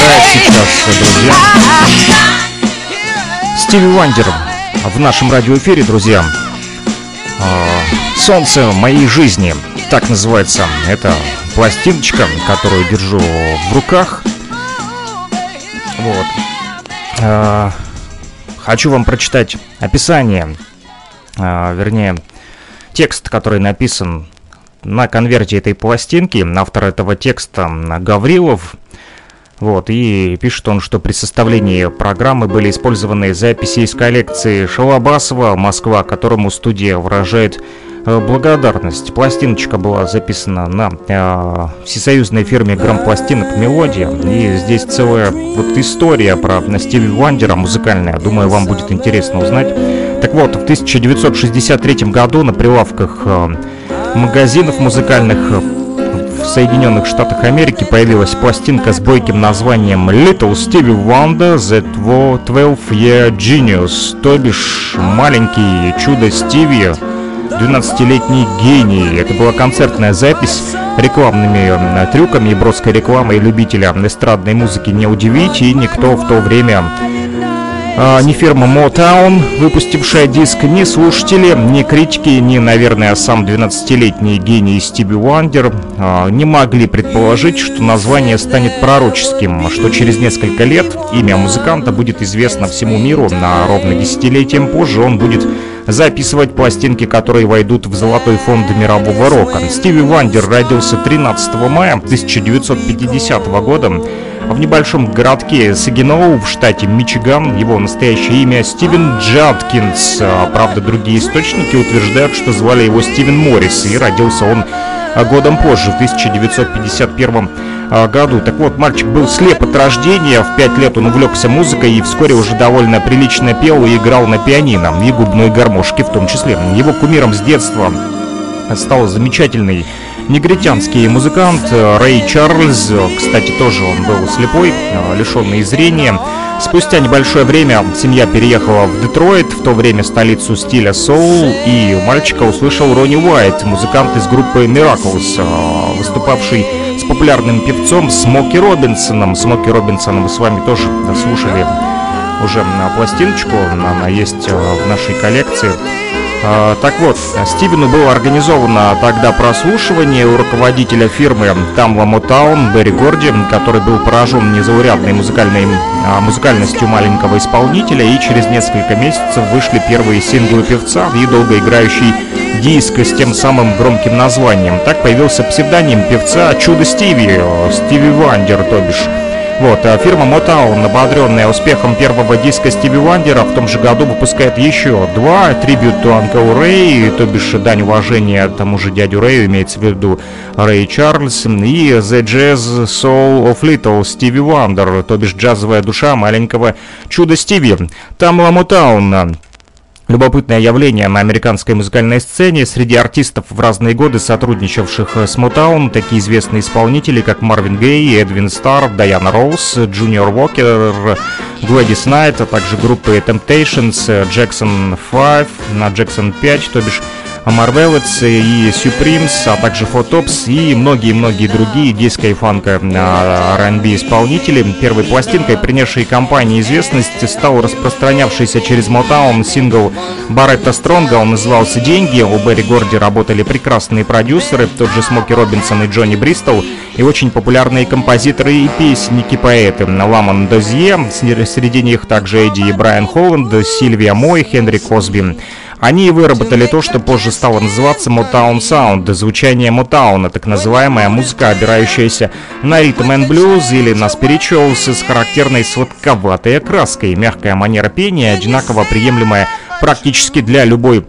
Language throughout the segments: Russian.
играет сейчас, друзья. Стиви Вандер в нашем радиоэфире, друзья. «Солнце моей жизни». Так называется эта пластиночка, которую держу в руках. Вот. Хочу вам прочитать описание, вернее, текст, который написан на конверте этой пластинки. Автор этого текста Гаврилов. Вот, и пишет он, что при составлении программы были использованы записи из коллекции Шалабасова «Москва», которому студия выражает благодарность. Пластиночка была записана на всесоюзной фирме грампластинок «Мелодия». И здесь целая вот история про Стиви Вандера музыкальная. Думаю, вам будет интересно узнать. Так вот, в 1963 году на прилавках магазинов музыкальных в Соединенных Штатах Америки появилась пластинка с бойким названием Little Stevie Wonder The 12-Year Genius, то бишь маленький чудо Стиви, 12-летний гений. Это была концертная запись рекламными трюками и броской рекламой. Любителя эстрадной музыки не удивить, и никто в то время, ни фирма Motown, выпустившая диск, ни слушатели, ни критики, ни, наверное, сам 12-летний гений Стиви Вандер не могли предположить, что название станет пророческим, что через несколько лет имя музыканта будет известно всему миру, а ровно десятилетием позже он будет записывать пластинки, которые войдут в золотой фонд мирового рока. Стиви Вандер родился 13 мая 1950 года в небольшом городке Сагиноу в штате Мичиган. Его настоящее имя Стивен Джадкинс. Правда, другие источники утверждают, что звали его Стивен Моррис, и родился он годом позже, в 1951 году. Так вот, мальчик был слеп от рождения. В 5 лет он увлекся музыкой и вскоре уже довольно прилично пел и играл на пианино и губной гармошке в том числе. Его кумиром с детства стал замечательный негритянский музыкант Рэй Чарльз. Кстати, тоже он был слепой, лишенный зрения. Спустя небольшое время семья переехала в Детройт, в то время столицу стиля соул, и мальчика услышал Ронни Уайт, музыкант из группы Miracles, выступавший с популярным певцом Смоки Робинсоном. Смоки Робинсона мы с вами тоже слушали уже на пластиночку, она есть в нашей коллекции. Так вот, Стивену было организовано тогда прослушивание у руководителя фирмы Tamla Motown Берри Горди, который был поражен незаурядной музыкальностью маленького исполнителя, и через несколько месяцев вышли первые синглы певца и долгоиграющий диск с тем самым громким названием. Так появился псевдоним певца «Чудо Стиви», Стиви Вандер, то бишь. Вот, фирма Motown, ободренная успехом первого диска Стиви Вандера, в том же году выпускает еще два: Tribute to Uncle Ray, то бишь дань уважения тому же дядю Рэю, имеется в виду Рэй Чарльз, и The Jazz Soul of Little Stevie Wonder, то бишь джазовая душа маленького чуда Стиви. Tamla Motown. Любопытное явление на американской музыкальной сцене. Среди артистов в разные годы, сотрудничавших с Motown, такие известные исполнители, как Марвин Гей, Эдвин Старр, Дайана Роуз, Джуниор Уокер, Гладис Найт, а также группы Temptations, Jackson 5, на Jackson 5, то бишь Marvelettes и Supremes, а также Photops и многие-многие другие диско и фанка R&B исполнители. Первой пластинкой, принесшей компании известность, стал распространявшийся через Motown сингл Барретта Стронга. Он назывался «Деньги». У Берри Горди работали прекрасные продюсеры, тот же Смоки Робинсон и Джонни Бристол, и очень популярные композиторы и песенники-поэты. Ламон Дозье, среди них также Эдди и Брайан Холланд, Сильвия Мой, Хенри Косби. Они выработали то, что позже стало называться Motown Sound, звучание Motown, так называемая музыка, опирающаяся на ритм and блюз или на спиричуалс с характерной сладковатой окраской, мягкая манера пения, одинаково приемлемая практически для любой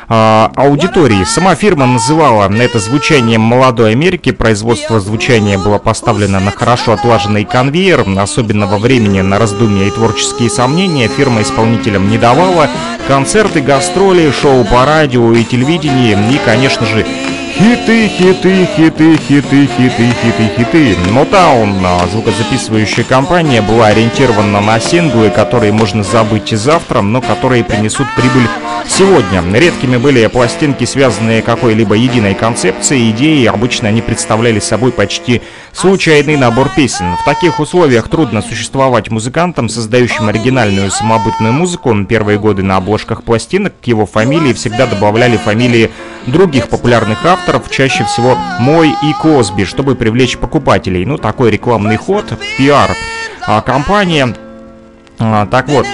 аудитории. Сама фирма называла это звучанием молодой Америки. Производство звучания было поставлено на хорошо отлаженный конвейер. Особенного времени на раздумья и творческие сомнения фирма исполнителям не давала. Концерты, гастроли, шоу по радио и телевидению и, конечно же, Хиты, хиты, хиты, хиты, хиты, хиты, хиты. Motown, звукозаписывающая компания, была ориентирована на синглы, которые можно забыть и завтра, но которые принесут прибыль сегодня. Редкими были пластинки, связанные какой-либо единой концепцией, идеей. Обычно они представляли собой почти случайный набор песен. В таких условиях трудно существовать музыкантам, создающим оригинальную самобытную музыку. Первые годы на обложках пластинок к его фамилии всегда добавляли фамилии других популярных авторов, чаще всего Мой и Косби, чтобы привлечь покупателей. Ну, такой рекламный ход, пиар. Компания. Так вот.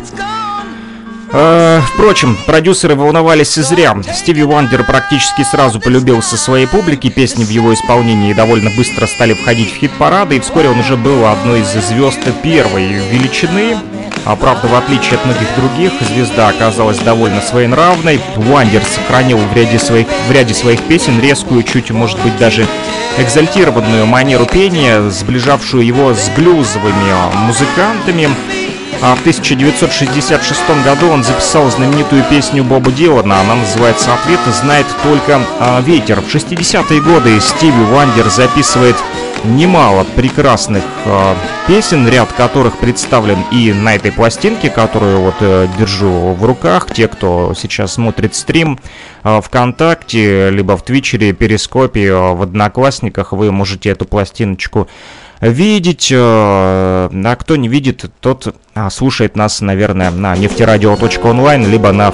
Впрочем, продюсеры волновались и зря. Стиви Вандер практически сразу полюбился своей публике, песни в его исполнении довольно быстро стали входить в хит-парады, и вскоре он уже был одной из звезд первой величины. Правда, в отличие от многих других, звезда оказалась довольно своенравной. Вандер сохранил в ряде своих песен резкую, чуть, может быть, даже экзальтированную манеру пения, сближавшую его с блюзовыми музыкантами. А в 1966 году он записал знаменитую песню Боба Дилана. Она называется «Ответ знает только ветер». В 60-е годы Стиви Вандер записывает немало прекрасных песен, ряд которых представлен и на этой пластинке, которую вот держу в руках. Те, кто сейчас смотрит стрим ВКонтакте, либо в Твичере, Перископе, в Одноклассниках, вы можете эту пластиночку видеть, а кто не видит, тот слушает нас, наверное, на нефтерадио.онлайн, либо на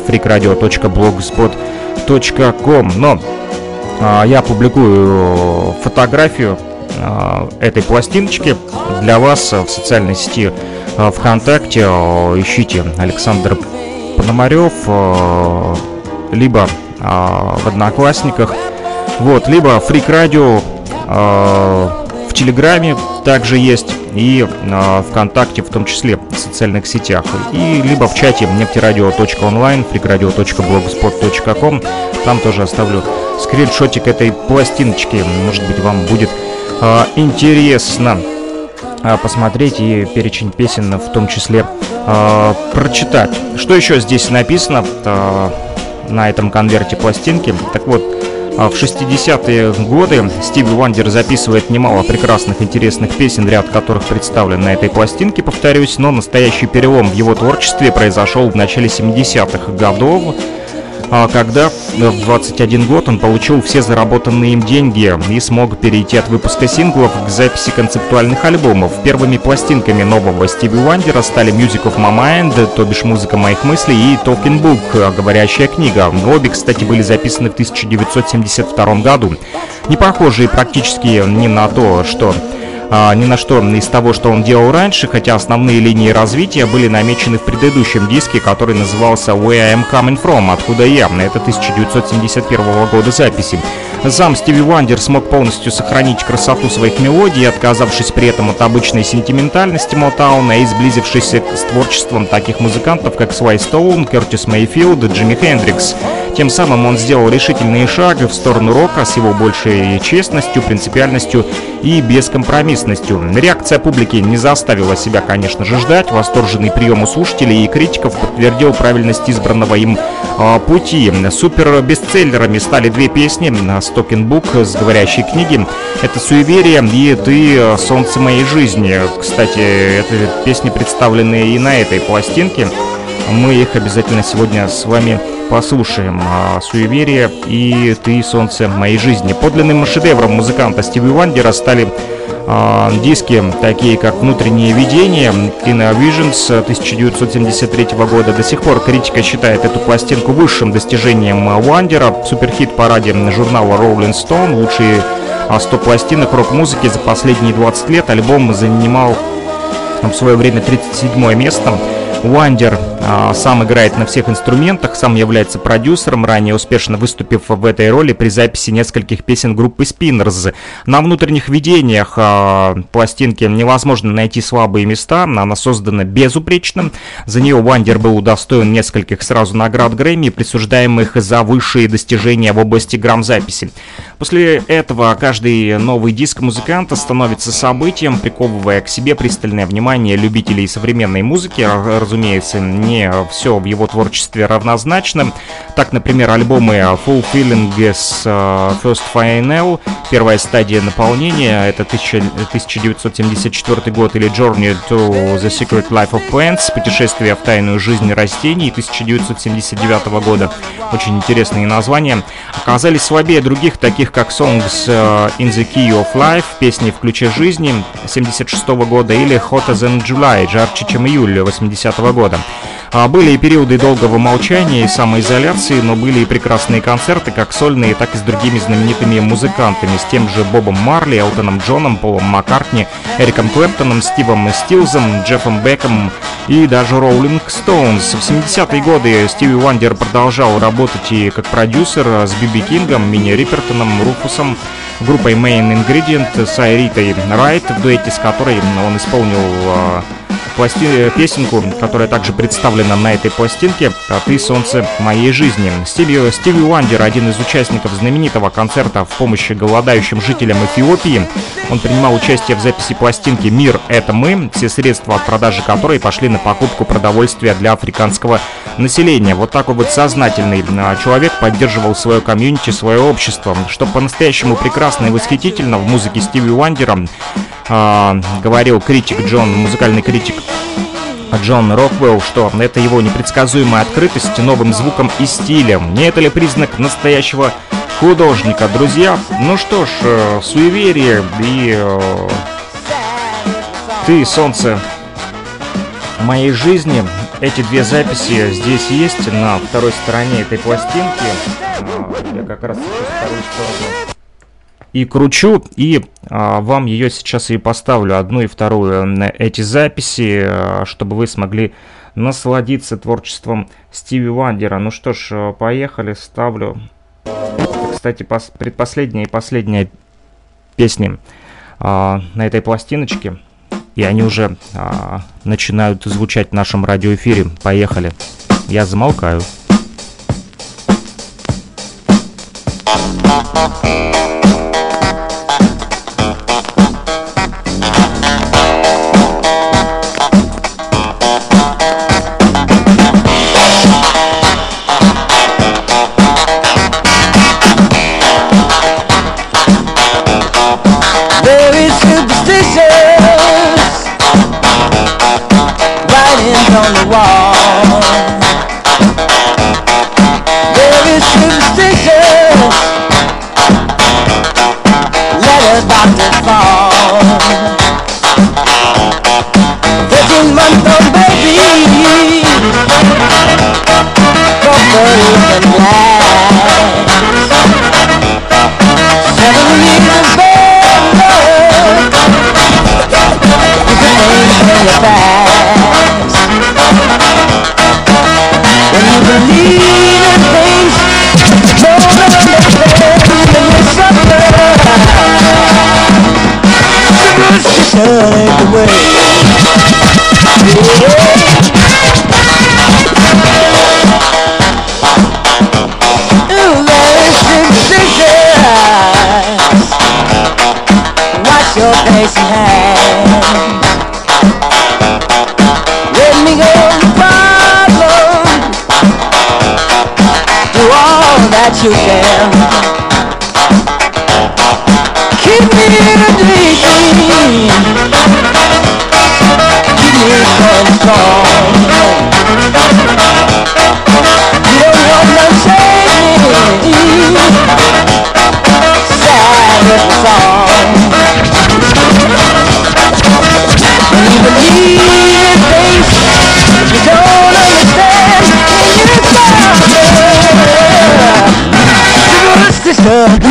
freakradio.blogspot.com. Но я публикую фотографию этой пластиночки для вас в социальной сети ВКонтакте. Ищите Александр Пономарев, либо в Одноклассниках, вот, либо Freak Radio в Телеграме также есть, и ВКонтакте, в том числе в социальных сетях, и либо в чате нефтерадио.онлайн, freakradio.blogspot.com. Там тоже оставлю скриншотик этой пластиночки. Может быть, вам будет интересно посмотреть и перечень песен в том числе прочитать. Что еще здесь написано на этом конверте пластинки? Так вот, в 60-е годы Стиви Вандер записывает немало прекрасных, интересных песен, ряд которых представлен на этой пластинке, повторюсь, но настоящий перелом в его творчестве произошел в начале 70-х годов, когда в 21 год он получил все заработанные им деньги и смог перейти от выпуска синглов к записи концептуальных альбомов. Первыми пластинками нового Стиви Вандера стали Music of My Mind, то бишь музыка моих мыслей, и Talking Book, говорящая книга. Обе, кстати, были записаны в 1972 году. Не похожие практически ни на что из того, что он делал раньше, хотя основные линии развития были намечены в предыдущем диске, который назывался Where I Am Coming From, откуда я. Это 1971 года записи. Сам Стиви Вандер смог полностью сохранить красоту своих мелодий, отказавшись при этом от обычной сентиментальности Мотауна и сблизившись с творчеством таких музыкантов, как Слай Стоун, Кертис Мейфилд, Джимми Хендрикс. Тем самым он сделал решительные шаги в сторону рока с его большей честностью, принципиальностью и бескомпромиссностью. Реакция публики не заставила себя, конечно же, ждать. Восторженный прием у слушателей и критиков подтвердил правильность избранного им пути. Супер-бестселлерами стали две песни с Talking Book, с говорящей книги. Это «Суеверие» и «Ты — солнце моей жизни». Кстати, эти песни представлены и на этой пластинке. Мы их обязательно сегодня с вами послушаем. «Суеверие» и «Ты — солнце моей жизни». Подлинным шедевром музыканта Стиви Вандера стали диски, такие как «Внутреннее видение», «Inner Visions» 1973 года. До сих пор критика считает эту пластинку высшим достижением Вандера. В суперхит-параде журнала Rolling Stone лучшие 100 пластинок рок-музыки за последние 20 лет. Альбом занимал в свое время 37-е место. Вандер сам играет на всех инструментах, сам является продюсером, ранее успешно выступив в этой роли при записи нескольких песен группы Spinners. На внутренних видениях пластинки невозможно найти слабые места, она создана безупречно. За нее Вандер был удостоен нескольких сразу наград Грэмми, присуждаемых за высшие достижения в области грамзаписи. После этого каждый новый диск музыканта становится событием, приковывая к себе пристальное внимание любителей современной музыки. разумеется, не все в его творчестве равнозначно. Так, например, альбомы Fulfilling First Final, первая стадия наполнения, это 1974 год, или Journey to the Secret Life of Plants, путешествие в тайную жизнь растений, 1979 года. Очень интересные названия. Оказались слабее других, таких как Songs in the Key of Life, песни в ключе жизни 1976 года, или Hotter Than July, жарче, чем июль 1980 года. Были и периоды долгого молчания и самоизоляции, но были и прекрасные концерты, как сольные, так и с другими знаменитыми музыкантами, с тем же Бобом Марли, Элтоном Джоном, Полом Маккартни, Эриком Клэптоном, Стивом Стилзом, Джеффом Беком и даже Роллинг Стоунс. В 70-е годы Стиви Уандер продолжал работать и как продюсер с Биби Кингом, Мини Рипертоном, Руфусом, группой Main Ingredient с Айритой Райт, в дуэте с которой он исполнил песенку, которая также представлена на этой пластинке, «Ты солнце моей жизни». Стиви Уандер — один из участников знаменитого концерта в помощь голодающим жителям Эфиопии. Он принимал участие в записи пластинки «Мир — это мы», все средства от продажи которой пошли на покупку продовольствия для африканского населения. Вот такой вот сознательный человек поддерживал свое комьюнити, свое общество. Что по-настоящему прекрасно и восхитительно в музыке Стиви Уандера, говорил музыкальный критик Джон Роквелл, что это его непредсказуемая открытость новым звуком и стилем. Не это ли признак настоящего художника, друзья? Ну что ж, суеверие и «Ты солнце моей жизни». Эти две записи здесь есть на второй стороне этой пластинки. Я как раз сейчас вторую сторону и кручу, и вам ее сейчас и поставлю, одну и вторую, эти записи, чтобы вы смогли насладиться творчеством Стиви Уандера. Ну что ж, поехали, ставлю. Кстати, предпоследняя и последняя песни на этой пластиночке, и они уже начинают звучать в нашем радиоэфире. Поехали. Я замолкаю. On the wall, very superstitious. Let us about to fall. 13-month-old baby, properly and black. 7 years of bad luck, is the name of your past. When you believe in things you don't understand, and you suffer, superstition ain't the way. Ooh, very superstitious. Wash your face and hands. Let me go the problem. Do all that you can. Keep me in a dream. Keep me standing strong. You don't want no shame. Sad with the song. When you believe in things you don't understand, and you suffer,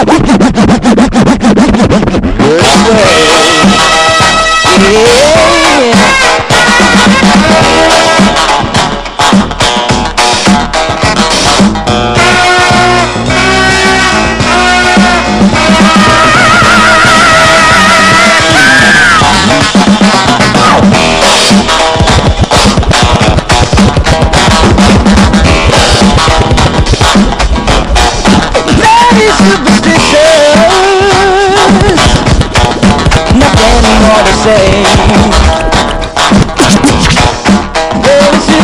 nothing more to say. Very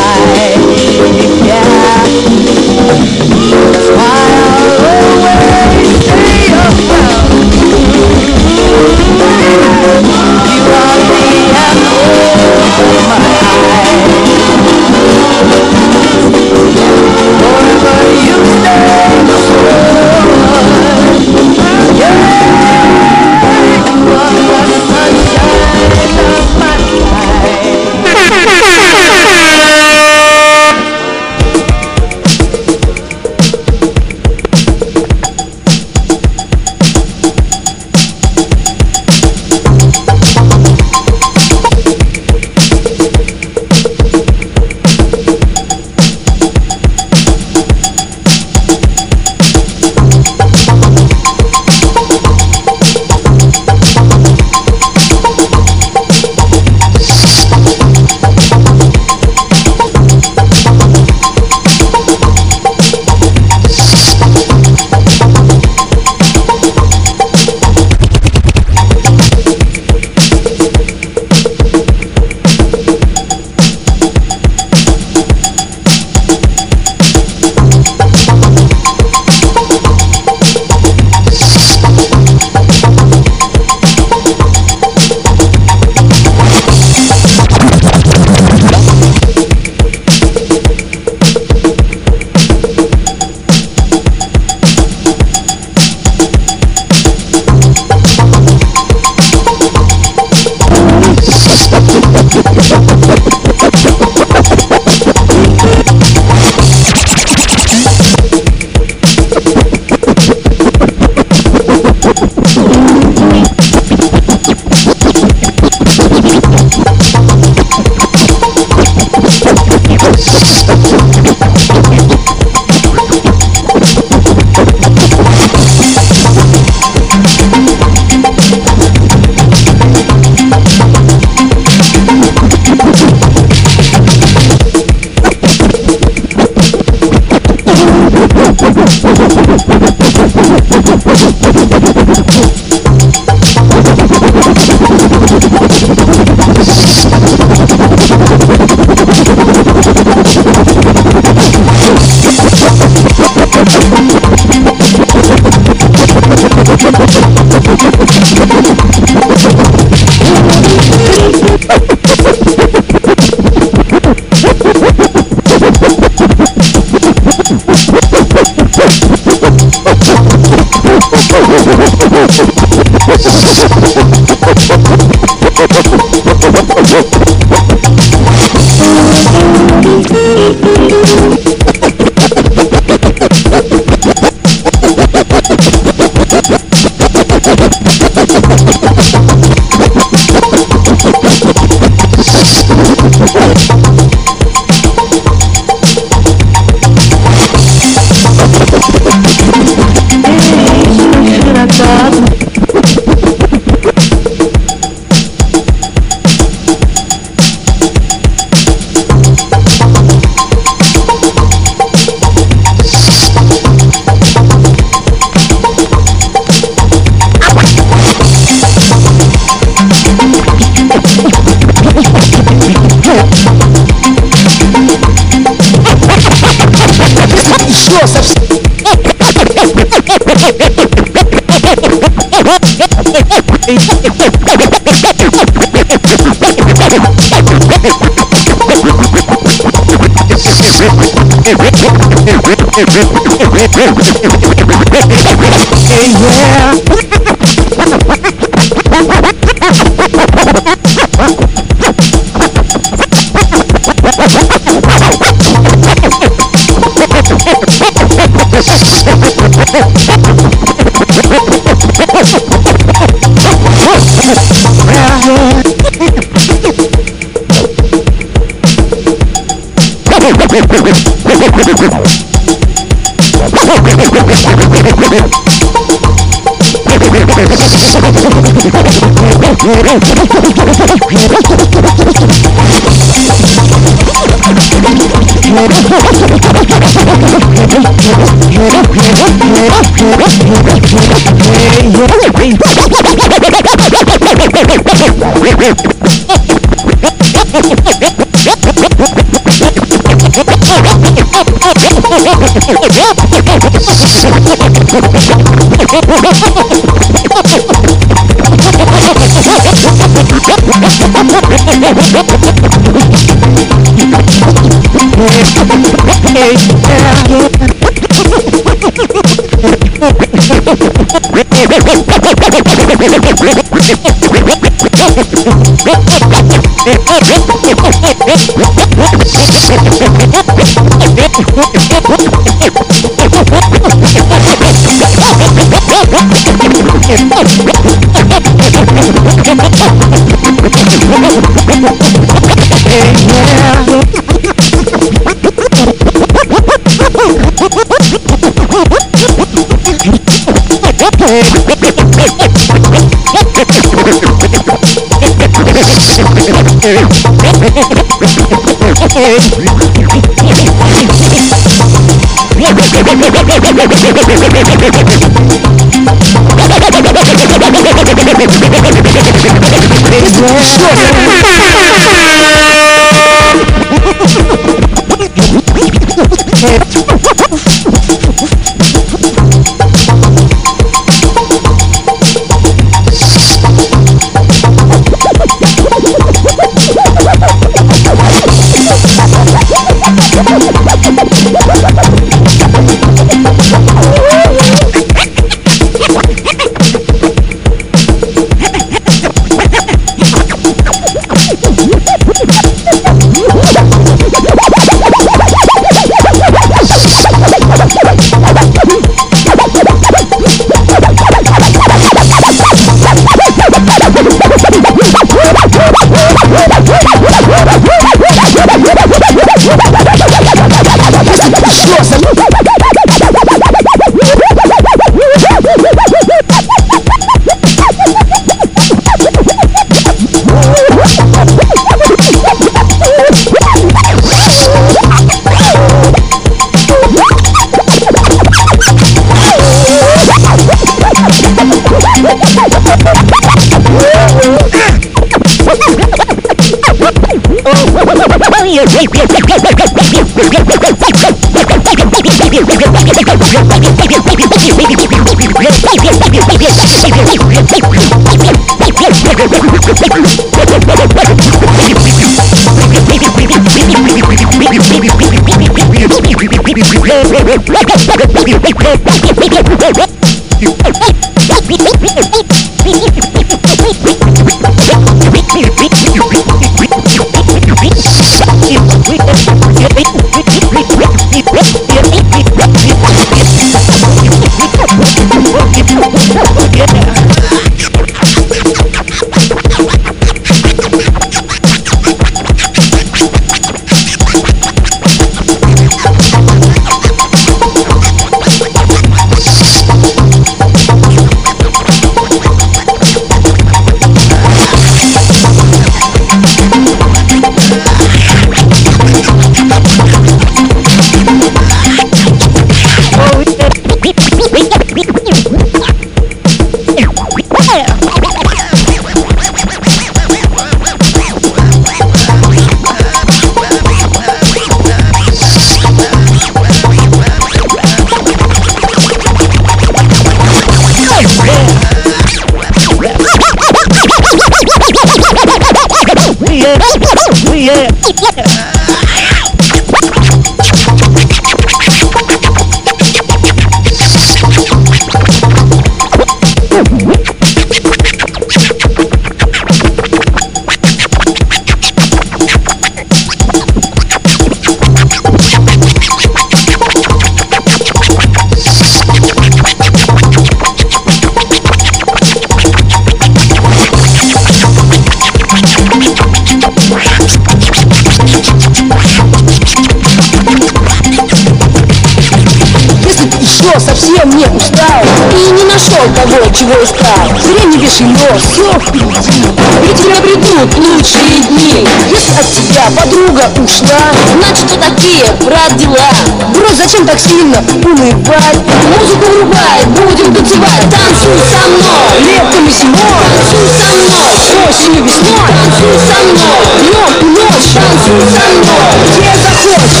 Совсем не устал и не нашел того, чего искал. Зря не вешай нос, все впереди. Ведь тебя придут лучшие дни. Если от тебя подруга ушла, значит, что такие, брат, дела. Брось, зачем так сильно унывать? Музыку врубай, будем танцевать. Танцуй со мной, летом и зимой. Танцуй со мной, осенью, весной. Танцуй со мной, днем и ночью. Танцуй со мной, где захочешь.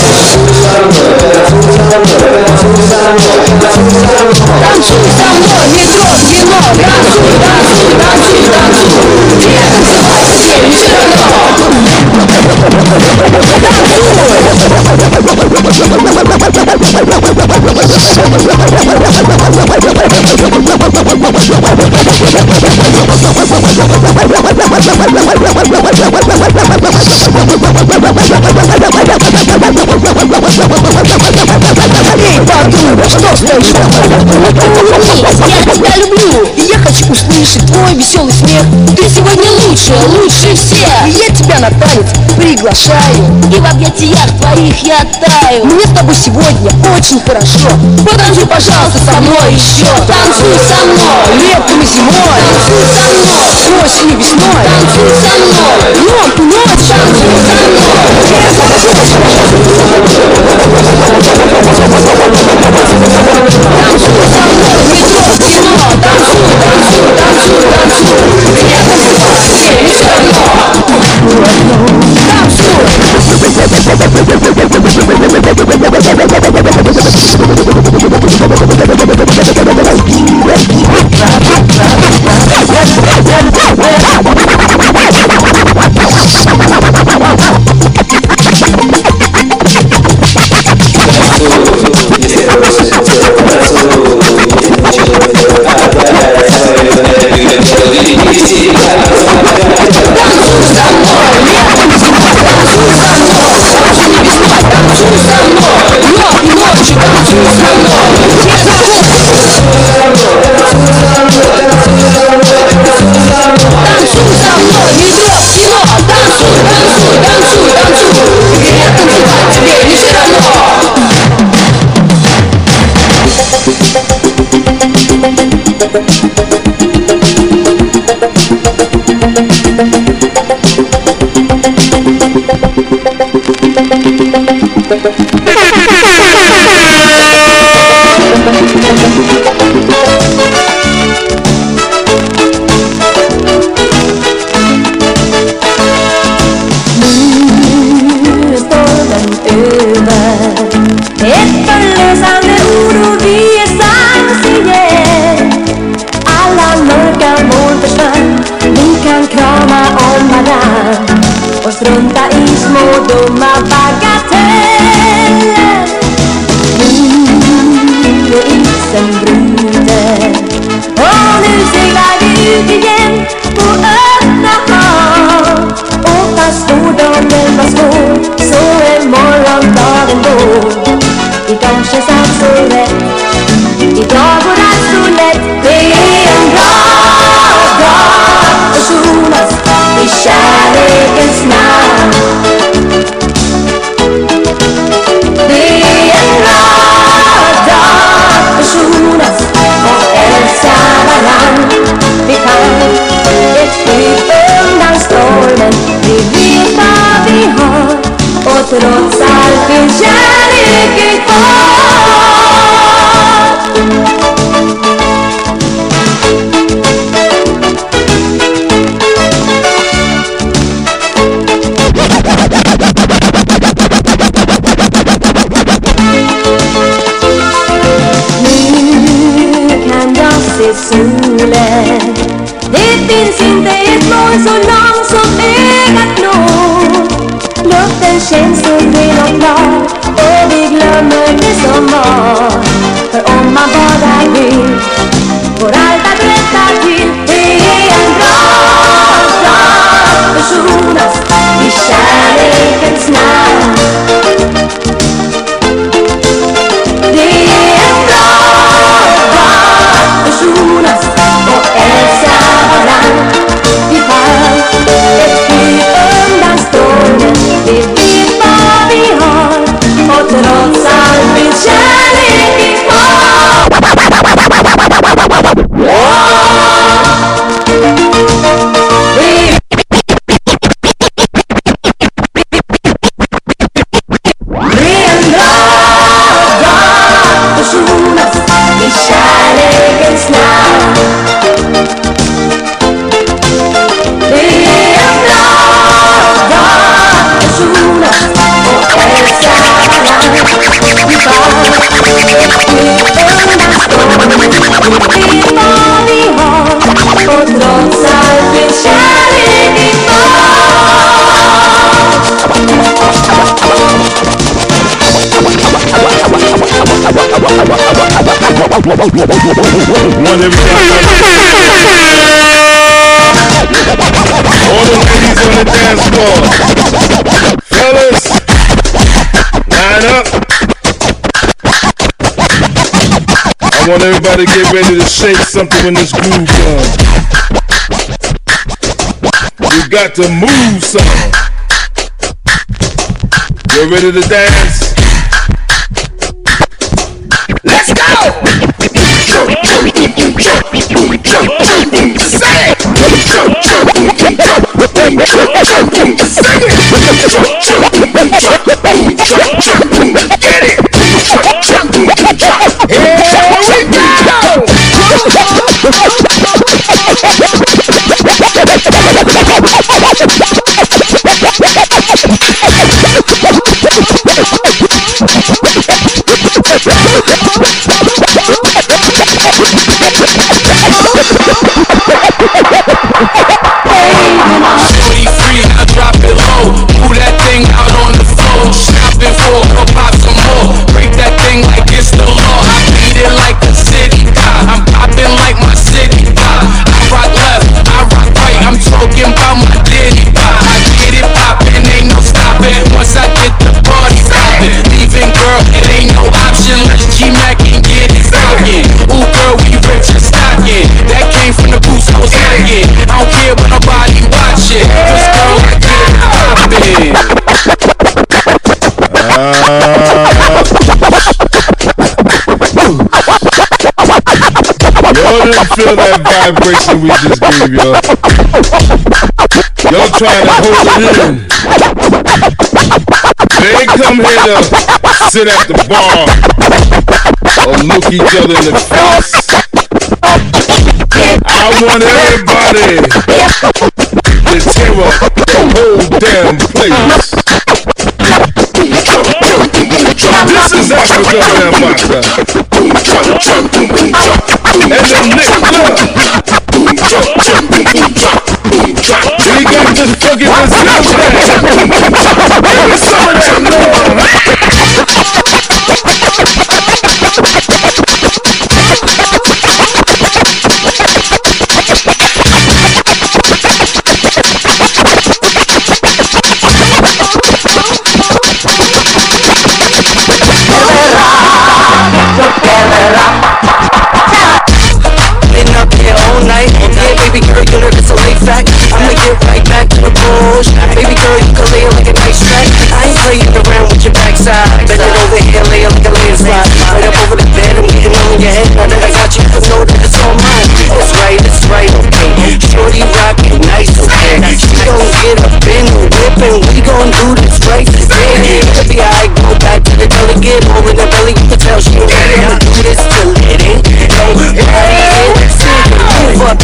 Танцуй со мной, метро, кино. Танцуй, танцуй, танцуй, танцуй. Где танцевать, где не все равно. Что стоишь? Я тебя люблю, и я хочу услышать твой веселый смех. Ты сегодня лучше, лучше всех. И я тебя на танец приглашаю, и в объятиях твоих я таю. Мне с тобой сегодня очень хорошо. Потанцуй, пожалуйста, со мной еще. Танцуй со мной, летом и зимой. Танцуй со мной, осенью, весной. Танцуй со мной, днем и ночью. Танцуй со мной, где захочешь. Танцуй со мной, метро, кино. Танцуй, танцуй, танцуй, танцуй. Где танцевать, где не все равно. Танцуй. Strunta i små dumma bagateller. Nu är isen bruten och nu seglar vi ut igen på öppna hav. Och fast stordagen var svår så är morgondagen vår. Idag känns allt så rätt, idag går allt så lätt. Det är en bra dag att försonas i kärlekens namn. Det är en bra dag att försonas och älska varann. Vi kan ett skydd undan stormen, vi vet vad vi har och trots allt finns kärleken kvar. Solen. Det finns inte ett mål så långt som ögat når. sen känns som ren och klar och vi glömmer det som var. För om man bara vill får allt att rätta till. Det är en bra dag försonas i kärlekens namn. Det är en bra dag försonas och älska varann. Vi fall ett flyg undan stormen. Vi vet vad vi har och trots allt finns kärleken kvar. Det är en bra dag försonas i kärlekens namn. Det är en bra dag försonas och älska varann. Vi fall ett flyg undan stormen. Vi vet vad vi har och trots allt finns kärleken kvar. One every time. All the ladies on the dance floor. Fellas, line up. I want everybody to get ready to shake something when this groove comes. You got to move some. You ready to dance? Let's go! Shorty free, I drop it low. Pull that thing out on the floor. Shopping for her, pop some more. Break that thing like it's the law. I beat it like a city guy. I'm popping like my city guy. I rock left, I rock right. I'm talking about my ditty pie. I get it poppin', ain't no stopping. Once I get the party stopping, leaving girl, it ain't no option. Let's G-Mac and get it stocking. Ooh girl, we rich and stocking. That came from the boost I was hanging. I don't care what nobody watch it. Cause girl, I get it poppin'. Y'all didn't feel that vibration we just gave y'all. Y'all trying to hold it in. They ain't come here to sit at the bar or look each other in the face. I want everybody to tear up the whole damn place. This is Africa, America. And the Nick, look. We got this fucking Brazil thing. Give me some of that love. Been up here all night. Yeah, baby girl, you know it's a late fact. I'ma get right back to the bush. Baby girl, you can lay it like a nice track. I ain't playing around with your backside. Bend it over here, lay it like a landslide. Right up over the bed, I'm getting on your head. Now that I got you, you know that it's all mine. It's right, okay. Shorty rockin' nice, okay. She gon' get up in the whip and we gon' do this right today. Baby, I go back to the belly, get over the belly. You can tell she ready. I'ma do this till it ain't. Nobody in, sing, move up.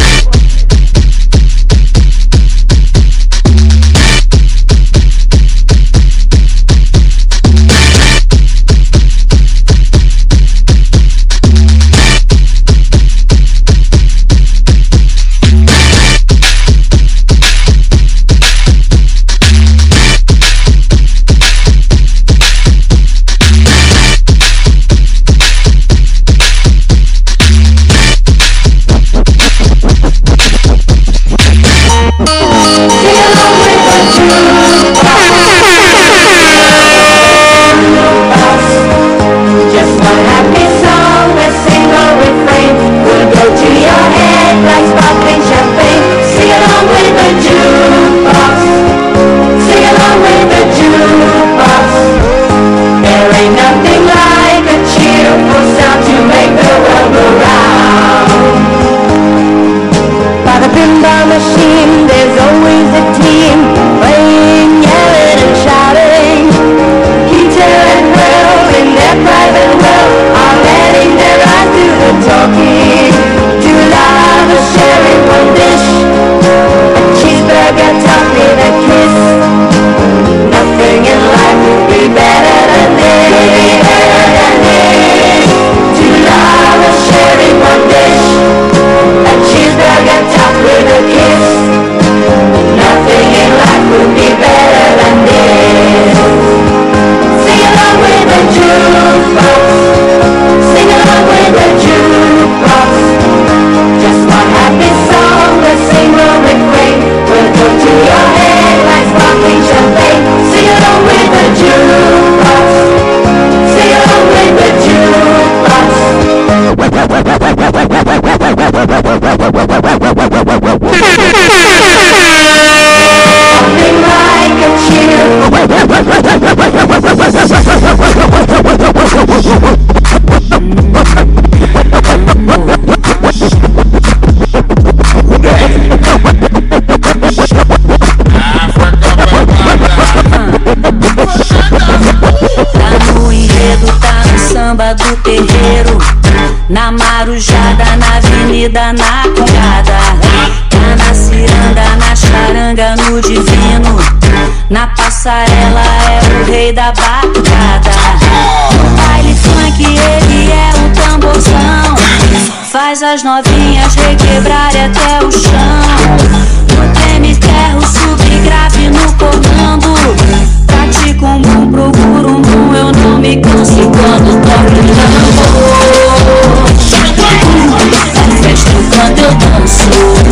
no terreiro, na marujada, na avenida, na congada, na ciranda, na charanga, no divino, na passarela é o rei da batucada. No baile funk ele é o tamborzão, faz as novinhas requebrarem até o chão. No treme ferro, sube grave no comando, pratico um bom, procuro um bom, eu não me canso quando toco tambor. Festa quando eu danço,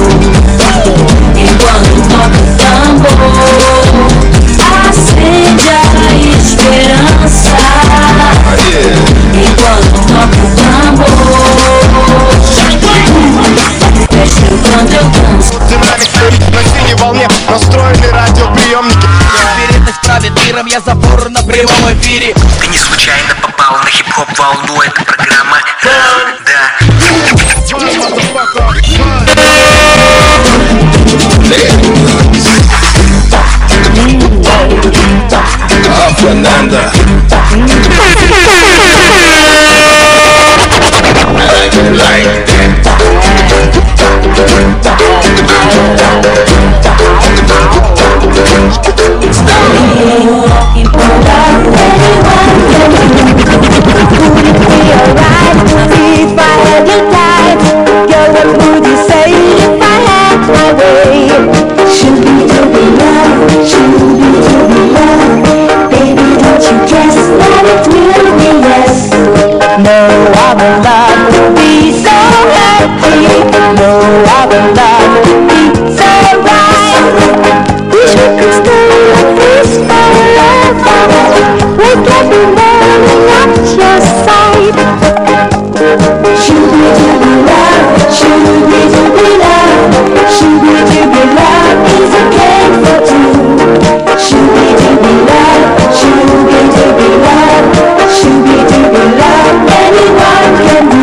enquanto toco tambor, acende a esperança. Enquanto toco tambor, festa quando eu danço. На синей волне настроены радиоприемники. Перед справедливым я забор на прямом эфире. Ты не случайно попал на хип-хоп волну, это программа да. Fernanda. I can like Anyone can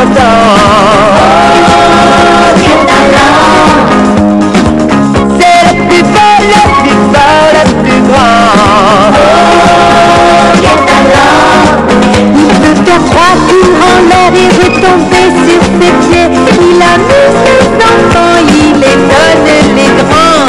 entend. C'est le plus beau, le plus fort, le plus grand. Il peut faire 3 tours en l'air et retomber sur ses pieds. Il amuse les enfants, il les donne les grands.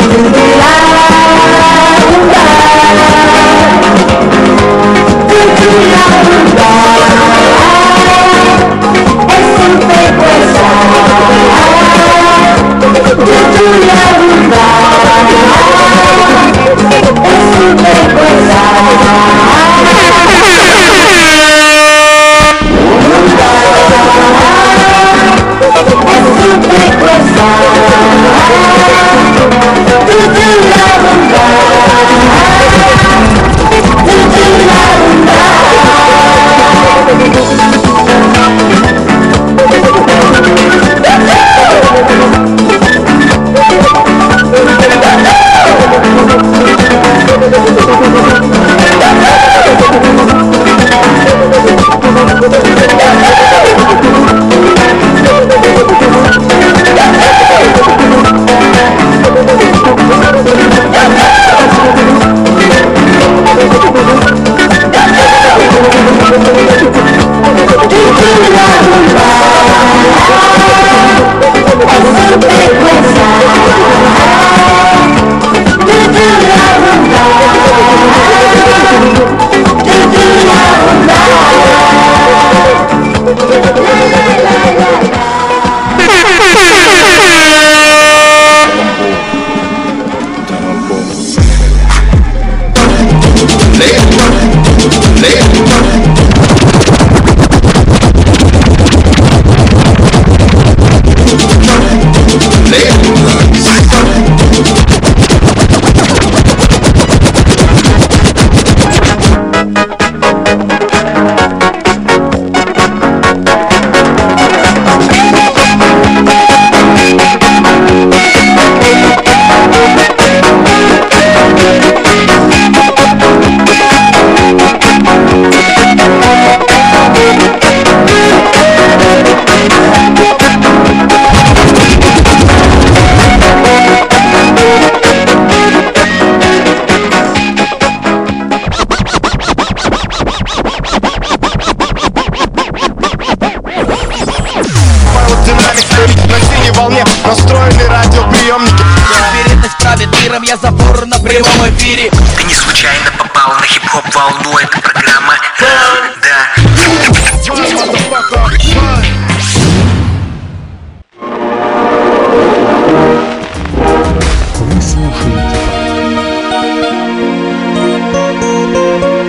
Настроены радиоприемники. Вероятность правит миром, я забор на прямом эфире. Ты не случайно попал на хип-хоп волну, это программа